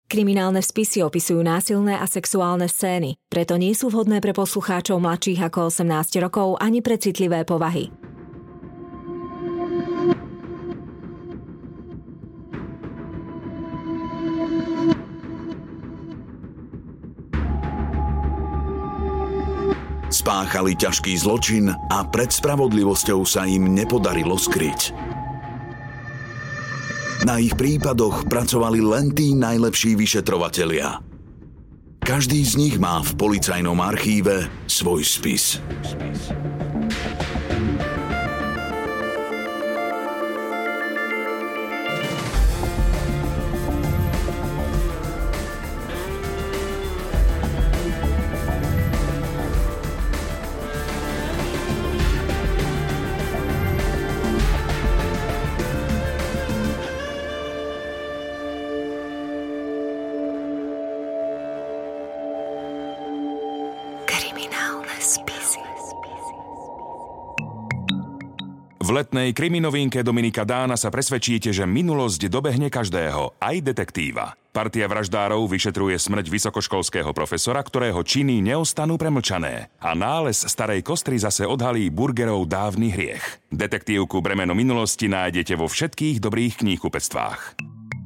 Kriminálne spisy opisujú násilné a sexuálne scény, preto nie sú vhodné pre poslucháčov mladších ako 18 rokov ani pre citlivé povahy. Spáchali ťažký zločin a pred spravodlivosťou sa im nepodarilo skryť. Na ich prípadoch pracovali len tí najlepší vyšetrovatelia. Každý z nich má v policajnom archíve svoj spis. V letnej kriminovinke Dominika Dána sa presvedčíte, že minulosť dobehne každého, aj detektíva. Partia vraždárov vyšetruje smrť vysokoškolského profesora, ktorého činy neostanú premlčané. A nález starej kostry zase odhalí burgerov dávny hriech. Detektívku Bremeno minulosti nájdete vo všetkých dobrých kníhkupectvách.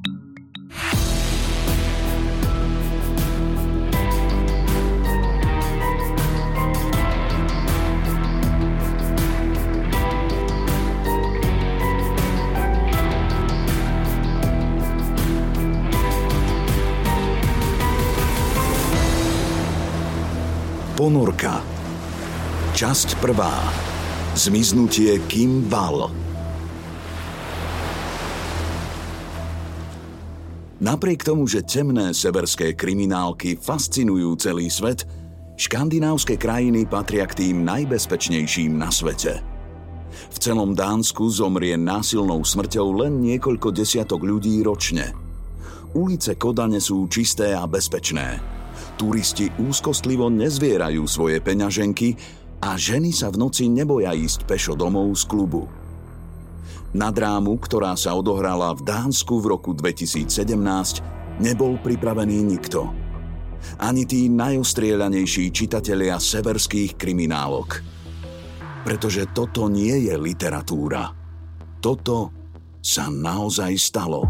Ponorka. Časť 1. Zmiznutie Kim Wall. Napriek tomu, že temné severské kriminálky fascinujú celý svet, škandinávske krajiny patria k tým najbezpečnejším na svete. V celom Dánsku zomrie násilnou smrťou len niekoľko desiatok ľudí ročne. Ulice Kodane sú čisté a bezpečné. Turisti úzkostlivo nezvierajú svoje peňaženky a ženy sa v noci neboja ísť pešo domov z klubu. Na drámu, ktorá sa odohrala v Dánsku v roku 2017, nebol pripravený nikto. Ani tí najostrieľanejší čitatelia severských kriminálok. Pretože toto nie je literatúra. Toto sa naozaj stalo.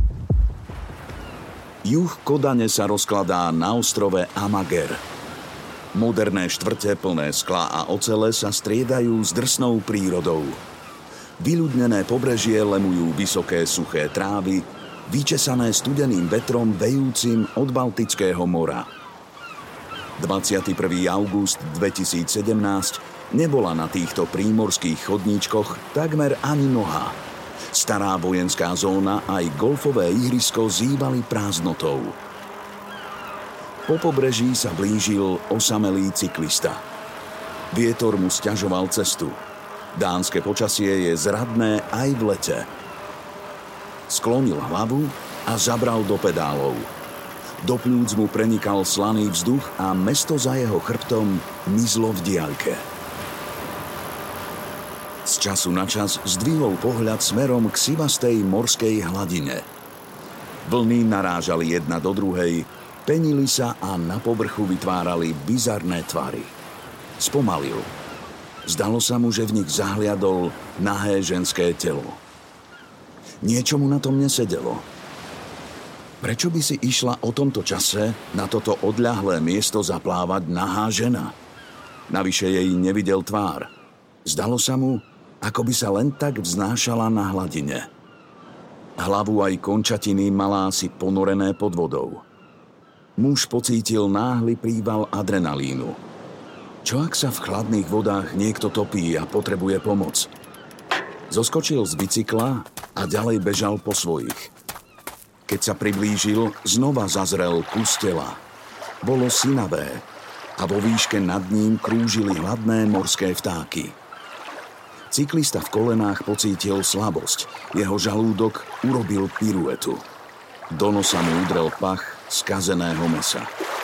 Juh Kodane sa rozkladá na ostrove Amager. Moderné štvrte plné skla a ocele sa striedajú s drsnou prírodou. Vyľudnené pobrežie lemujú vysoké suché trávy, vyčesané studeným vetrom vejúcim od Baltického mora. 21. august 2017 nebola na týchto prímorských chodníčkoch takmer ani noha. Stará vojenská zóna aj golfové ihrisko zývali prázdnotou. Po pobreží sa blížil osamelý cyklista. Vietor mu sťažoval cestu. Dánske počasie je zradné aj v lete. Sklonil hlavu a zabral do pedálov. Do pľúc mu prenikal slaný vzduch a mesto za jeho chrbtom mizlo v diaľke. Z času na čas zdvihol pohľad smerom k sivastej morskej hladine. Vlny narážali jedna do druhej, penili sa a na povrchu vytvárali bizarné tvary. Spomalil. Zdalo sa mu, že v nich zahliadol nahé ženské telo. Niečo mu na tom nesedelo. Prečo by si išla o tomto čase na toto odľahlé miesto zaplávať nahá žena? Navyše jej nevidel tvár. Zdalo sa mu, ako by sa len tak vznášala na hladine. Hlavu aj končatiny mala asi ponorené pod vodou. Muž pocítil náhly príval adrenalínu. Čo ak sa v chladných vodách niekto topí a potrebuje pomoc? Zoskočil z bicykla a ďalej bežal po svojich. Keď sa priblížil, znova zazrel kus tela. Bolo sinavé a vo výške nad ním krúžili hladné morské vtáky. Cyklista v kolenách pocítil slabosť. Jeho žalúdok urobil piruetu. Do nosa mu udrel pach skazeného mesa.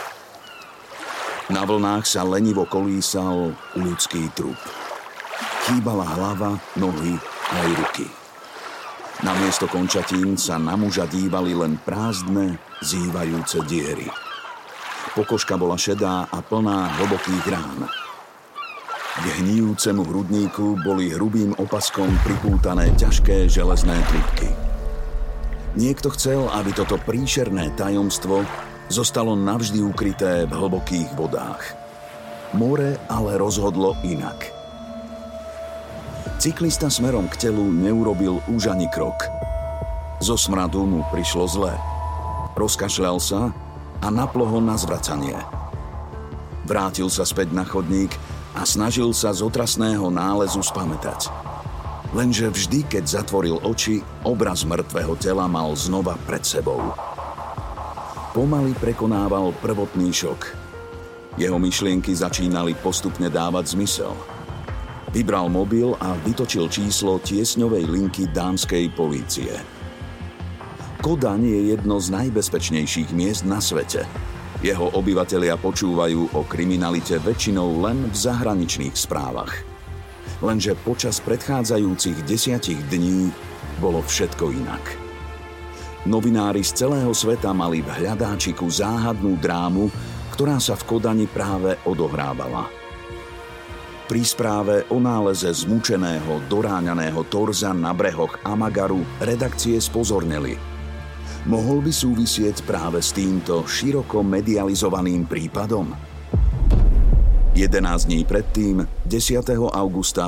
Na vlnách sa lenivo kolísal ľudský trup. Chýbala hlava, nohy aj ruky. Namiesto končatín sa na muža dívali len prázdne, zývajúce diery. Pokožka bola šedá a plná hlbokých rán. K hnijúcemu hrudníku boli hrubým opaskom pripútané ťažké železné trúbky. Niekto chcel, aby toto príšerné tajomstvo zostalo navždy ukryté v hlbokých vodách. More ale rozhodlo inak. Cyklista smerom k telu neurobil už ani krok. Zo smradu mu prišlo zle. Rozkašľal sa a naplo ho na zvracanie. Vrátil sa späť na chodník a snažil sa z otrasného nálezu spamätať. Lenže vždy, keď zatvoril oči, obraz mŕtvého tela mal znova pred sebou. Pomaly prekonával prvotný šok. Jeho myšlienky začínali postupne dávať zmysel. Vybral mobil a vytočil číslo tiesňovej linky dámskej polície. Kodaň je jedno z najbezpečnejších miest na svete. Jeho obyvatelia počúvajú o kriminalite väčšinou len v zahraničných správach. Lenže počas predchádzajúcich 10 dní bolo všetko inak. Novinári z celého sveta mali v hľadáčiku záhadnú drámu, ktorá sa v Kodani práve odohrávala. Pri správe o náleze zmučeného, doráňaného torza na brehoch Amagaru redakcie spozorneli. Mohol by súvisieť práve s týmto široko medializovaným prípadom? 11 dní predtým, 10. augusta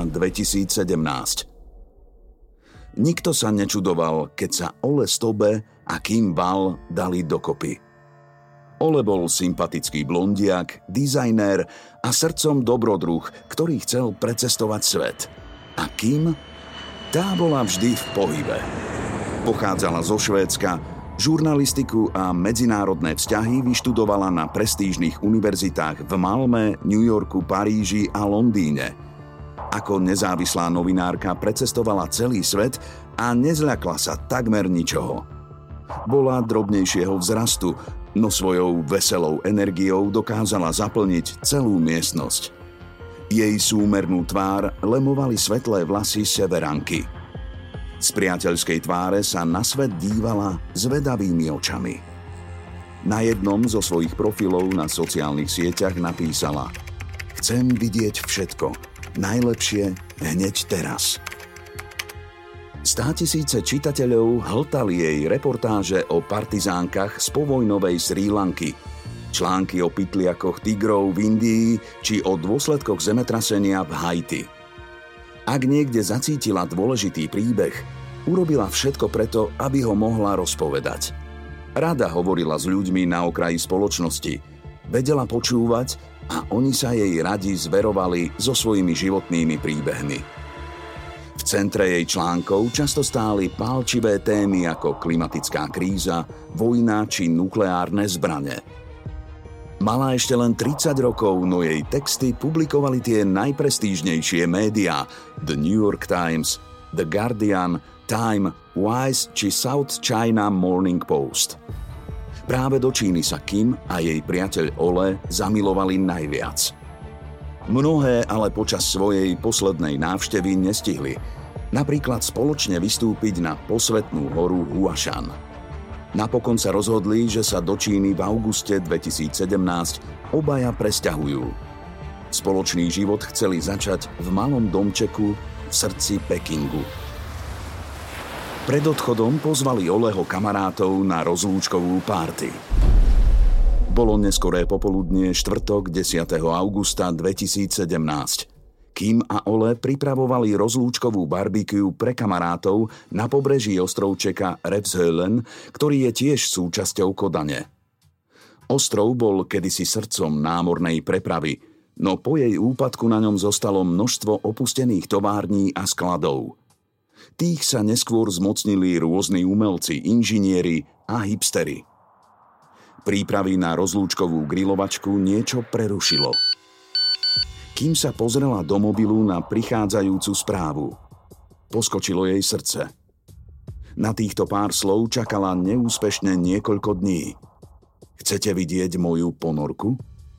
2017. Nikto sa nečudoval, keď sa Ole Stobe a Kim Wall dali dokopy. Ole bol sympatický blondiak, dizajner a srdcom dobrodruh, ktorý chcel precestovať svet. A Kim? Tá bola vždy v pohybe. Pochádzala zo Švédska, žurnalistiku a medzinárodné vzťahy vyštudovala na prestížnych univerzitách v Malmö, New Yorku, Paríži a Londýne. Ako nezávislá novinárka precestovala celý svet a nezľakla sa takmer ničoho. Bola drobnejšieho vzrastu, no svojou veselou energiou dokázala zaplniť celú miestnosť. Jej súmernú tvár lemovali svetlé vlasy severanky. Z priateľskej tváre sa na svet dívala zvedavými očami. Na jednom zo svojich profilov na sociálnych sieťach napísala: "Chcem vidieť všetko, najlepšie hneď teraz." 100 000 čitateľov hltali jej reportáže o partizánkach z povojnovej Srí Lanky, články o pytliakoch tigrov v Indii či o dôsledkoch zemetrasenia v Haiti. Ak niekde zacítila dôležitý príbeh, urobila všetko preto, aby ho mohla rozpovedať. Rada hovorila s ľuďmi na okraji spoločnosti, vedela počúvať a oni sa jej radi zverovali so svojimi životnými príbehmi. V centre jej článkov často stáli pálčivé témy ako klimatická kríza, vojna či nukleárne zbrane. Mala ešte len 30 rokov, no jej texty publikovali tie najprestížnejšie médiá: The New York Times, The Guardian, Time, Vice či South China Morning Post. Práve do Číny sa Kim a jej priateľ Ole zamilovali najviac. Mnohé ale počas svojej poslednej návštevy nestihli. Napríklad spoločne vystúpiť na posvätnú horu Huashan. Napokon sa rozhodli, že sa do Číny v auguste 2017 obaja presťahujú. Spoločný život chceli začať v malom domčeku v srdci Pekingu. Pred odchodom pozvali Oleho kamarátov na rozlúčkovú párty. Bolo neskoré popoludnie štvrtok 10. augusta 2017. Kim a Ole pripravovali rozlúčkovú barbecue pre kamarátov na pobreží ostrovčeka Repshölen, ktorý je tiež súčasťou Kodane. Ostrov bol kedysi srdcom námornej prepravy, no po jej úpadku na ňom zostalo množstvo opustených tovární a skladov. Tých sa neskôr zmocnili rôzni umelci, inžinieri a hipsteri. Prípravy na rozlúčkovú grilovačku niečo prerušilo. Kým sa pozrela do mobilu na prichádzajúcu správu, poskočilo jej srdce. Na týchto pár slov čakala neúspešne niekoľko dní. Chcete vidieť moju ponorku?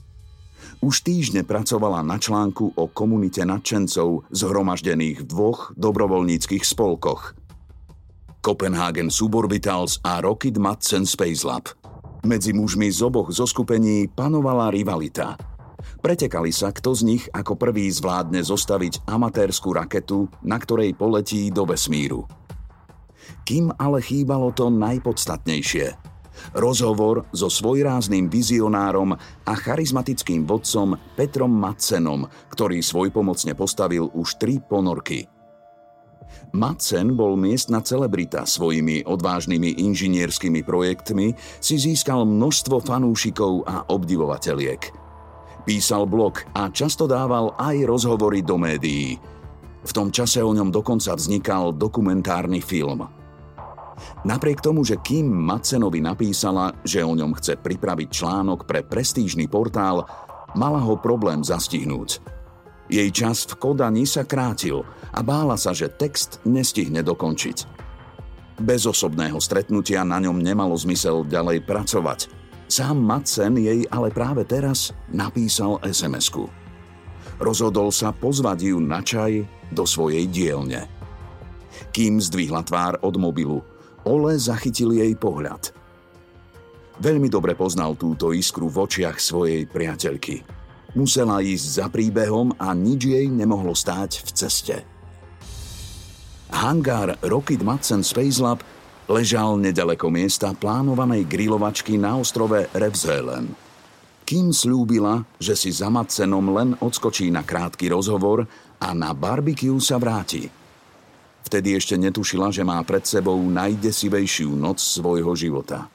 Už týždne pracovala na článku o komunite nadšencov zhromaždených v 2 dobrovoľníckych spolkoch. Copenhagen Suborbitals a Rocket Madsen Space Lab. Medzi mužmi z oboch zoskupení panovala rivalita. Pretekali sa, kto z nich ako prvý zvládne zostaviť amatérskú raketu, na ktorej poletí do vesmíru. Kým ale chýbalo to najpodstatnejšie. Rozhovor so svojrázným vizionárom a charizmatickým vodcom Petrom Madsenom, ktorý svojpomocne postavil už 3 ponorky. Madsen bol miestna celebrita, svojimi odvážnymi inžinierskými projektmi si získal množstvo fanúšikov a obdivovateliek. Písal blog a často dával aj rozhovory do médií. V tom čase o ňom dokonca vznikal dokumentárny film. Napriek tomu, že Kim Madsenovi napísala, že o ňom chce pripraviť článok pre prestížny portál, mala ho problém zastihnúť. Jej čas v Kodani sa krátil a bála sa, že text nestihne dokončiť. Bez osobného stretnutia na ňom nemalo zmysel ďalej pracovať. Sám Madsen jej ale práve teraz napísal SMS-ku. Rozhodol sa pozvať ju na čaj do svojej dielne. Kim zdvihla tvár od mobilu, Ole zachytil jej pohľad. Veľmi dobre poznal túto iskru v očiach svojej priateľky. Musela ísť za príbehom a nič jej nemohlo stáť v ceste. Hangár Rocket Madsen Space Lab ležal nedaleko miesta plánovanej grilovačky na ostrove Revselen. Kim sľúbila, že si za Madsenom len odskočí na krátky rozhovor a na barbecue sa vráti. Vtedy ešte netušila, že má pred sebou najdesivejšiu noc svojho života.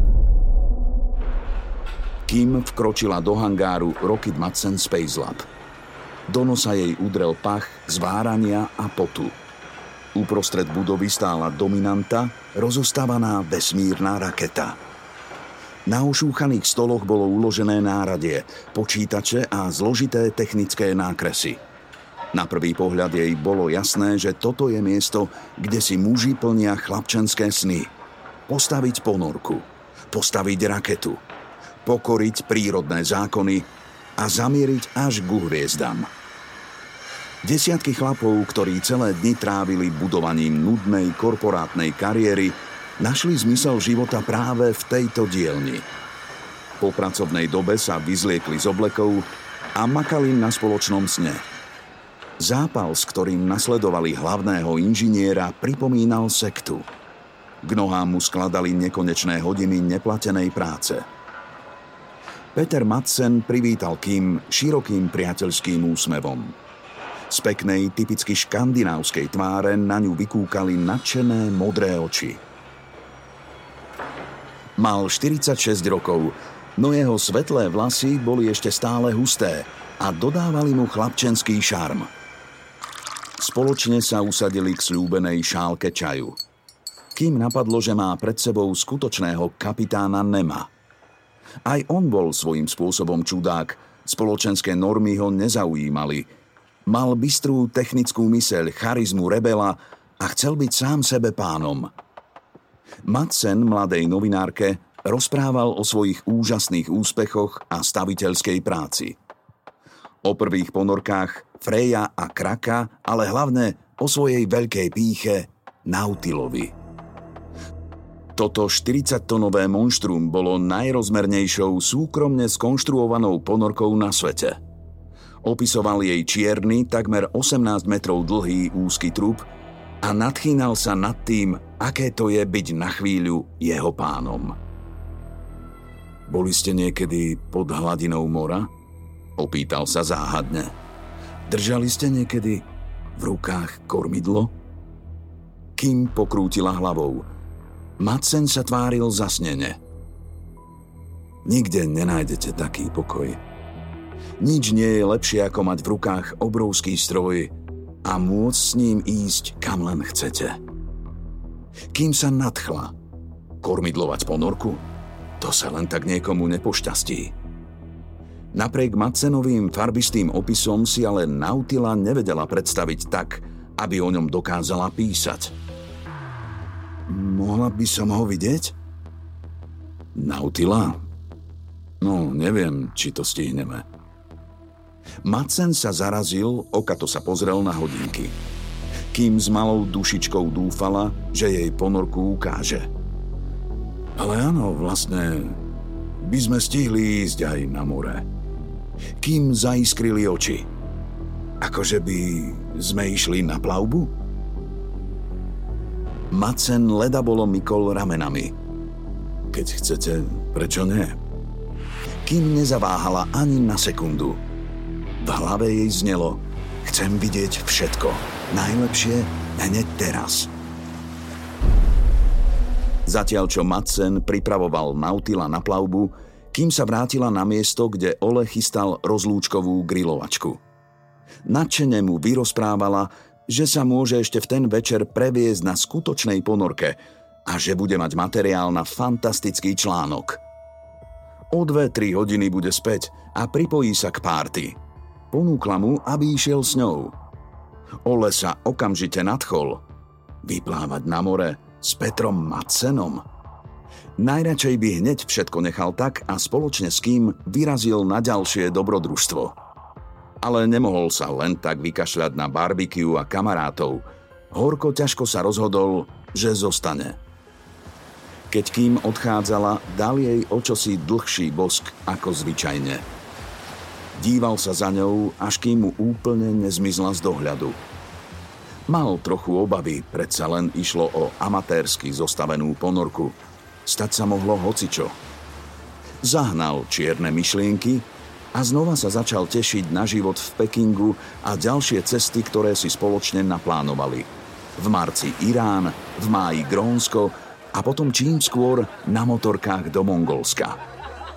Kim vkročila do hangáru Rocket Madsen Space Lab. Do nosa jej udrel pach z várania a potu. Uprostred budovy stála dominanta, rozostávaná vesmírna raketa. Na ošúchaných stoloch bolo uložené náradie, počítače a zložité technické nákresy. Na prvý pohľad jej bolo jasné, že toto je miesto, kde si muži plnia chlapčenské sny. Postaviť ponorku, postaviť raketu, pokoriť prírodné zákony a zamieriť až k hviezdam. Desiatky chlapov, ktorí celé dni trávili budovaním nudnej korporátnej kariéry, našli zmysel života práve v tejto dielni. Po pracovnej dobe sa vyzliekli z oblekov a makali na spoločnom sne. Zápal, s ktorým nasledovali hlavného inžiniera, pripomínal sektu. K nohám mu skladali nekonečné hodiny neplatenej práce. Peter Madsen privítal Kim širokým priateľským úsmevom. Z peknej, typicky škandinávskej tváre na ňu vykúkali nadšené modré oči. Mal 46 rokov, no jeho svetlé vlasy boli ešte stále husté a dodávali mu chlapčenský šarm. Spoločne sa usadili k sľúbenej šálke čaju. Kim napadlo, že má pred sebou skutočného kapitána Nema. Aj on bol svojím spôsobom čudák, spoločenské normy ho nezaujímali. Mal bystrú technickú myseľ, charizmu rebela a chcel byť sám sebe pánom. Madsen mladej novinárke rozprával o svojich úžasných úspechoch a staviteľskej práci. O prvých ponorkách Freja a Kraka, ale hlavne o svojej veľkej pýche Nautilovi. Toto 40-tonové monštrum bolo najrozmernejšou súkromne skonštruovanou ponorkou na svete. Opisoval jej čierny, takmer 18 metrov dlhý úzky trup a nadchýnal sa nad tým, aké to je byť na chvíľu jeho pánom. Boli ste niekedy pod hladinou mora? Opýtal sa záhadne. Držali ste niekedy v rukách kormidlo? Kim pokrútila hlavou. Madsen sa tváril zasnene. Nikde nenájdete taký pokoj. Nič nie je lepšie, ako mať v rukách obrovský stroj a môcť s ním ísť, kam len chcete. Kim sa nadchla. Kormidlovať ponorku? To sa len tak niekomu nepošťastí. Napriek Madsenovým farbistým opisom si ale Nautila nevedela predstaviť tak, aby o ňom dokázala písať. Mohla by som ho vidieť? Nautila? No, neviem, či to stihneme. Madsen sa zarazil, okato sa pozrel na hodinky. Kim s malou dušičkou dúfala, že jej ponorku ukáže. Ale áno, vlastne by sme stihli ísť aj na more. Kim zaiskrili oči. Akože by sme išli na plavbu? Madsen ledabolo mykol ramenami. Keď chcete, prečo nie? Kim nezaváhala ani na sekundu. V hlave jej znelo: chcem vidieť všetko. Najlepšie hneď teraz. Zatiaľ, čo Madsen pripravoval Nautila na plavbu, Kim sa vrátila na miesto, kde Ole chystal rozlúčkovú grilovačku. Nadšene mu vyrozprávala, že sa môže ešte v ten večer previesť na skutočnej ponorke a že bude mať materiál na fantastický článok. O 2-3 hodiny bude späť a pripojí sa k párty. Ponúkla mu, aby išiel s ňou. Ole sa okamžite nadchol. Vyplávať na more s Petrom Madsenom? Najradšej by hneď všetko nechal tak a spoločne s Kim vyrazil na ďalšie dobrodružstvo. Ale nemohol sa len tak vykašľať na barbecue a kamarátov. Horko ťažko sa rozhodol, že zostane. Keď Kim odchádzala, dal jej o čosi dlhší bosk ako zvyčajne. Díval sa za ňou, až kým mu úplne nezmizla z dohľadu. Mal trochu obavy, predsa len išlo o amatérsky zostavenú ponorku. Stať sa mohlo hocičo. Zahnal čierne myšlienky a znova sa začal tešiť na život v Pekingu a ďalšie cesty, ktoré si spoločne naplánovali. V marci Irán, v máji Grónsko a potom čím skôr na motorkách do Mongolska.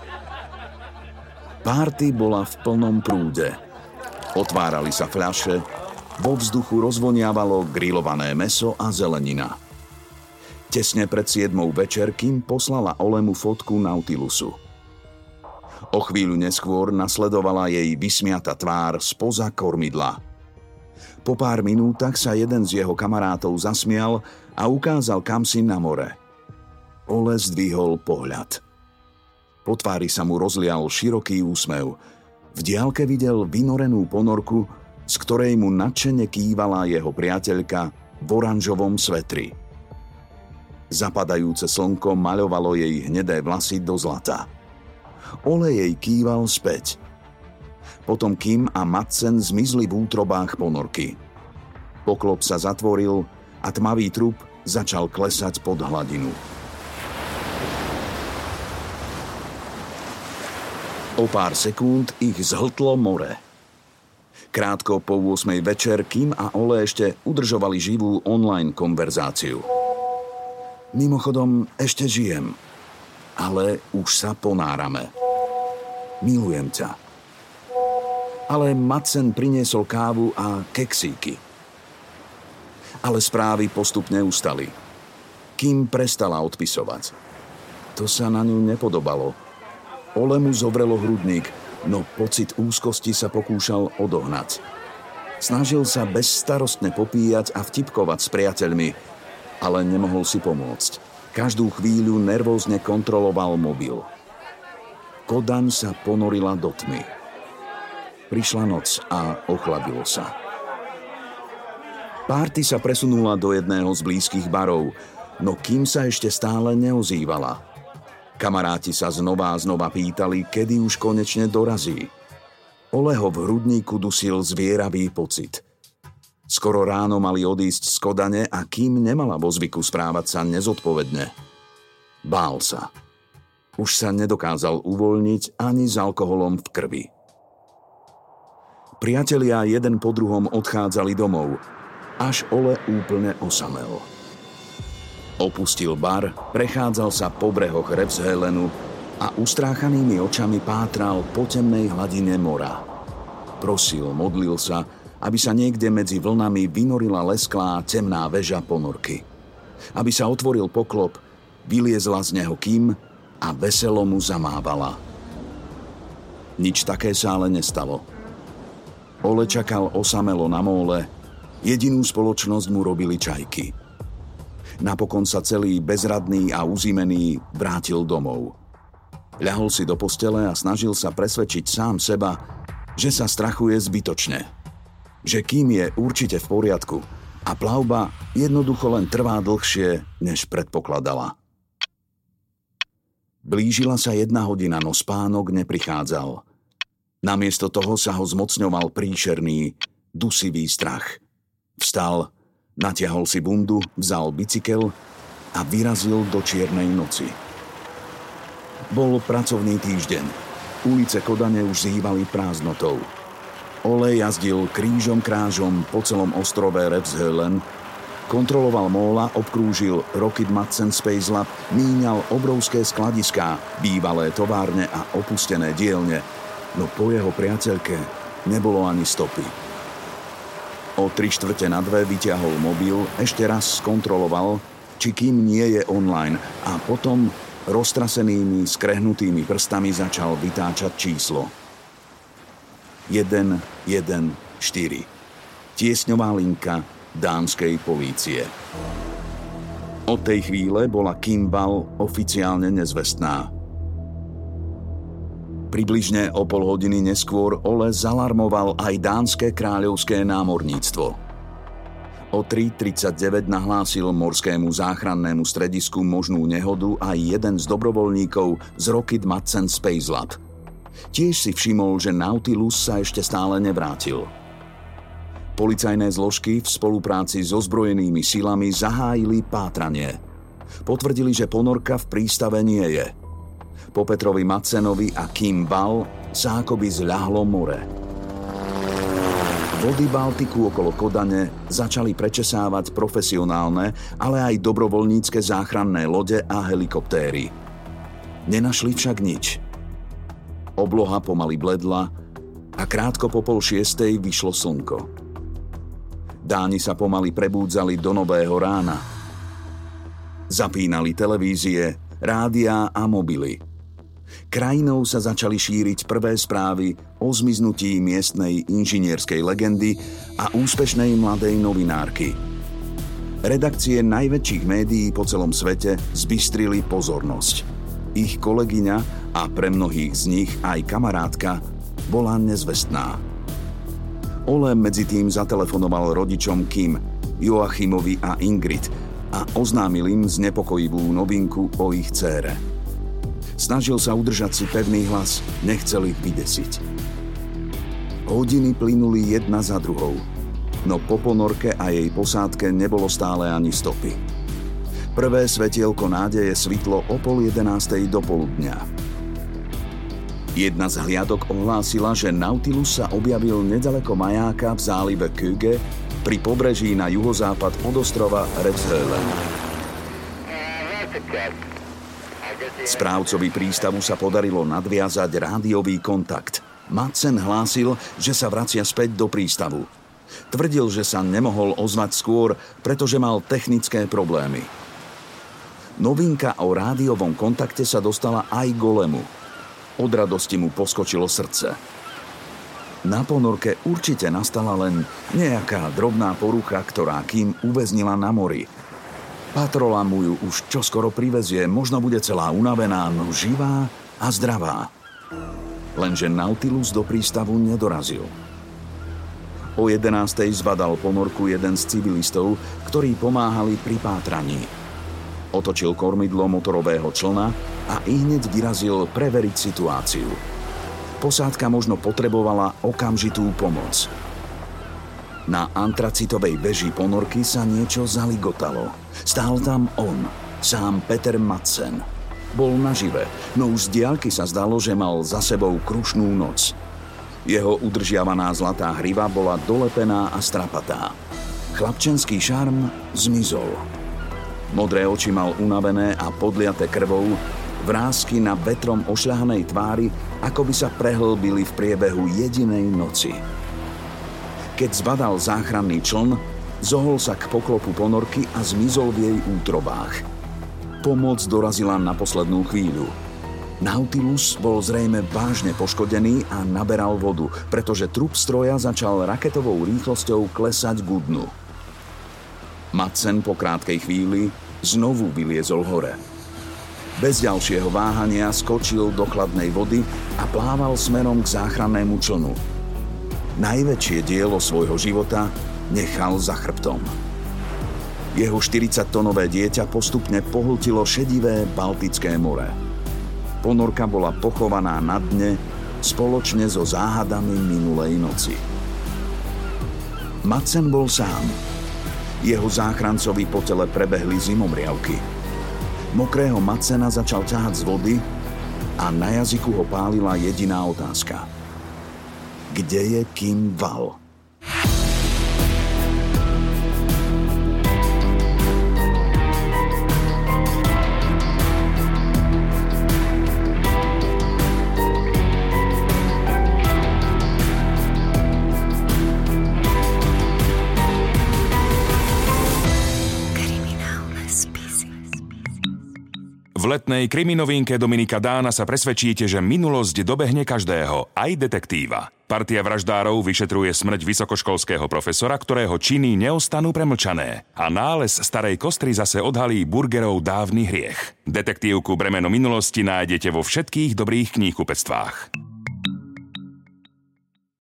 Párty bola v plnom prúde. Otvárali sa fľaše, vo vzduchu rozvoniavalo grillované mäso a zelenina. Tesne pred 7 večer Kim poslala Olemu fotku Nautilusu. O chvíľu neskôr nasledovala jej vysmiata tvár spoza kormidla. Po pár minútach sa jeden z jeho kamarátov zasmial a ukázal kamsi na more. Ole zdvihol pohľad. Po tvári sa mu rozlial široký úsmev. V diaľke videl vynorenú ponorku, z ktorej mu nadšene kývala jeho priateľka v oranžovom svetri. Zapadajúce slnko maľovalo jej hnedé vlasy do zlata. Ole jej kýval späť. Potom Kim a Madsen zmizli v útrobách ponorky. Poklop sa zatvoril a tmavý trup začal klesať pod hladinu. O pár sekúnd ich zhltlo more. Krátko po 8 večer Kim a Ole ešte udržovali živú online konverzáciu. Mimochodom, ešte žijem, ale už sa ponárame. Milujem ťa. Ale Madsen priniesol kávu a keksíky. Ale správy postupne ustali. Kim prestala odpisovať. To sa na ňu nepodobalo. Ole mu zovrelo hrudník, no pocit úzkosti sa pokúšal odohnať. Snažil sa bezstarostne popíjať a vtipkovať s priateľmi, ale nemohol si pomôcť. Každú chvíľu nervózne kontroloval mobil. Kodaň sa ponorila do tmy. Prišla noc a ochladilo sa. Párty sa presunula do jedného z blízkych barov, no Kim sa ešte stále neozývala. Kamaráti sa znova a znova pýtali, kedy už konečne dorazí. Oleho v hrudníku dusil zvieravý pocit. Skoro ráno mali odísť z Kodane a Kim nemala vo zvyku správať sa nezodpovedne. Bál sa. Už sa nedokázal uvoľniť ani s alkoholom v krvi. Priatelia jeden po druhom odchádzali domov, až Ole úplne osamel. Opustil bar, prechádzal sa po brehoch Revshelenu a ustráchanými očami pátral po temnej hladine mora. Prosil, modlil sa, aby sa niekde medzi vlnami vynorila lesklá temná väža ponorky. Aby sa otvoril poklop, vyliezla z neho Kim a veselo mu zamávala. Nič také sa ale nestalo. Ole čakal osamelo na móle, jedinú spoločnosť mu robili čajky. Napokon sa celý bezradný a uzimený vrátil domov. Ľahol si do postele a snažil sa presvedčiť sám seba, že sa strachuje zbytočne. Že Kim je určite v poriadku a plavba jednoducho len trvá dlhšie, než predpokladala. Blížila sa 1 hodina, no spánok neprichádzal. Namiesto toho sa ho zmocňoval príšerný, dusivý strach. Vstal, natiahol si bundu, vzal bicykel a vyrazil do čiernej noci. Bol pracovný týždeň. Ulice Kodane už zhývali prázdnotou. Ole jazdil krížom krážom po celom ostrove Repshölen, kontroloval móla, obkrúžil Rocket Madsen Space Lab, míňal obrovské skladiská, bývalé továrne a opustené dielne, no po jeho priateľke nebolo ani stopy. O 3:15 vyťahol mobil, ešte raz skontroloval, či kým nie je online a potom roztrasenými, skrehnutými prstami začal vytáčať číslo. 114. Tiesňová linka dánskej polície. Od tej chvíle bola Kim Wall oficiálne nezvestná. Približne o pol hodiny neskôr Ole zalarmoval aj dánske kráľovské námorníctvo. O 3:39 nahlásil morskému záchrannému stredisku možnú nehodu aj jeden z dobrovoľníkov z Rocket Madsen Space Lab. Tiež si všimol, že Nautilus sa ešte stále nevrátil. Policajné zložky v spolupráci s ozbrojenými silami zahájili pátranie. Potvrdili, že ponorka v prístave nie je. Po Petrovi Madsenovi a Kim Wall sa akoby zľahlo more. Vody Baltiku okolo Kodane začali prečesávať profesionálne, ale aj dobrovoľnícke záchranné lode a helikoptéry. Nenašli však nič. Obloha pomaly bledla a krátko po 5:30 vyšlo slnko. Dáni sa pomaly prebúdzali do nového rána. Zapínali televízie, rádia a mobily. Krajinou sa začali šíriť prvé správy o zmiznutí miestnej inžinierskej legendy a úspešnej mladej novinárky. Redakcie najväčších médií po celom svete zbystrili pozornosť. Ich kolegyňa a pre mnohých z nich aj kamarátka bola nezvestná. Ole medzitým zatelefonoval rodičom Kim, Joachimovi a Ingrid a oznámil im znepokojivú novinku o ich dcére. Snažil sa udržať si pevný hlas, nechcel ich vydesiť. Hodiny plynuli jedna za druhou, no po ponorke a jej posádke nebolo stále ani stopy. Prvé svetielko nádeje svitlo o 10:30 do poludňa. Jedna z hliadok ohlásila, že Nautilus sa objavil nedaleko majáka v zálive Køge pri pobreží na juhozápad od ostrova Repshölen. Správcovi prístavu sa podarilo nadviazať rádiový kontakt. Madsen hlásil, že sa vracia späť do prístavu. Tvrdil, že sa nemohol ozvať skôr, pretože mal technické problémy. Novinka o rádiovom kontakte sa dostala aj Golemu. Od radosti mu poskočilo srdce. Na ponorke určite nastala len nejaká drobná porucha, ktorá Kim uväznila na mori. Patrola mu ju už čoskoro privezie, možno bude celá unavená, no živá a zdravá. Lenže Nautilus do prístavu nedorazil. O 11:00 zbadal ponorku jeden z civilistov, ktorí pomáhali pri pátraní. Otočil kormidlo motorového člna a ihneď vyrazil preveriť situáciu. Posádka možno potrebovala okamžitú pomoc. Na antracitovej veži ponorky sa niečo zaligotalo. Stál tam on, sám Peter Madsen. Bol nažive, no už z diaľky sa zdalo, že mal za sebou krušnú noc. Jeho udržiavaná zlatá hriva bola dolepená a strapatá. Chlapčenský šarm zmizol. Modré oči mal unavené a podliate krvou, vrásky na vetrom ošľahanej tvári ako by sa prehlbili v priebehu jedinej noci. Keď zbadal záchranný čln, zohol sa k poklopu ponorky a zmizol v jej útrobách. Pomoc dorazila na poslednú chvíľu. Nautilus bol zrejme vážne poškodený a naberal vodu, pretože trup stroja začal raketovou rýchlosťou klesať ku dnu. Madsen po krátkej chvíli znovu vyliezol hore. Bez ďalšieho váhania skočil do chladnej vody a plával smerom k záchrannému člnu. Najväčšie dielo svojho života nechal za chrbtom. Jeho 40-tonové dieťa postupne pohltilo šedivé Baltické more. Ponorka bola pochovaná na dne spoločne so záhadami minulej noci. Madsen bol sám. Jeho záchrancovi po tele prebehli zimomriavky. Mokrého Madsena začal ťahať z vody a na jazyku ho pálila jediná otázka. Kde je Kim Wall? V letnej kriminovinke Dominika Dána sa presvedčíte, že minulosť dobehne každého, aj detektíva. Partia vraždárov vyšetruje smrť vysokoškolského profesora, ktorého činy neostanú premlčané. A nález starej kostry zase odhalí burgerov dávny hriech. Detektívku Bremeno minulosti nájdete vo všetkých dobrých kníhkupectvách.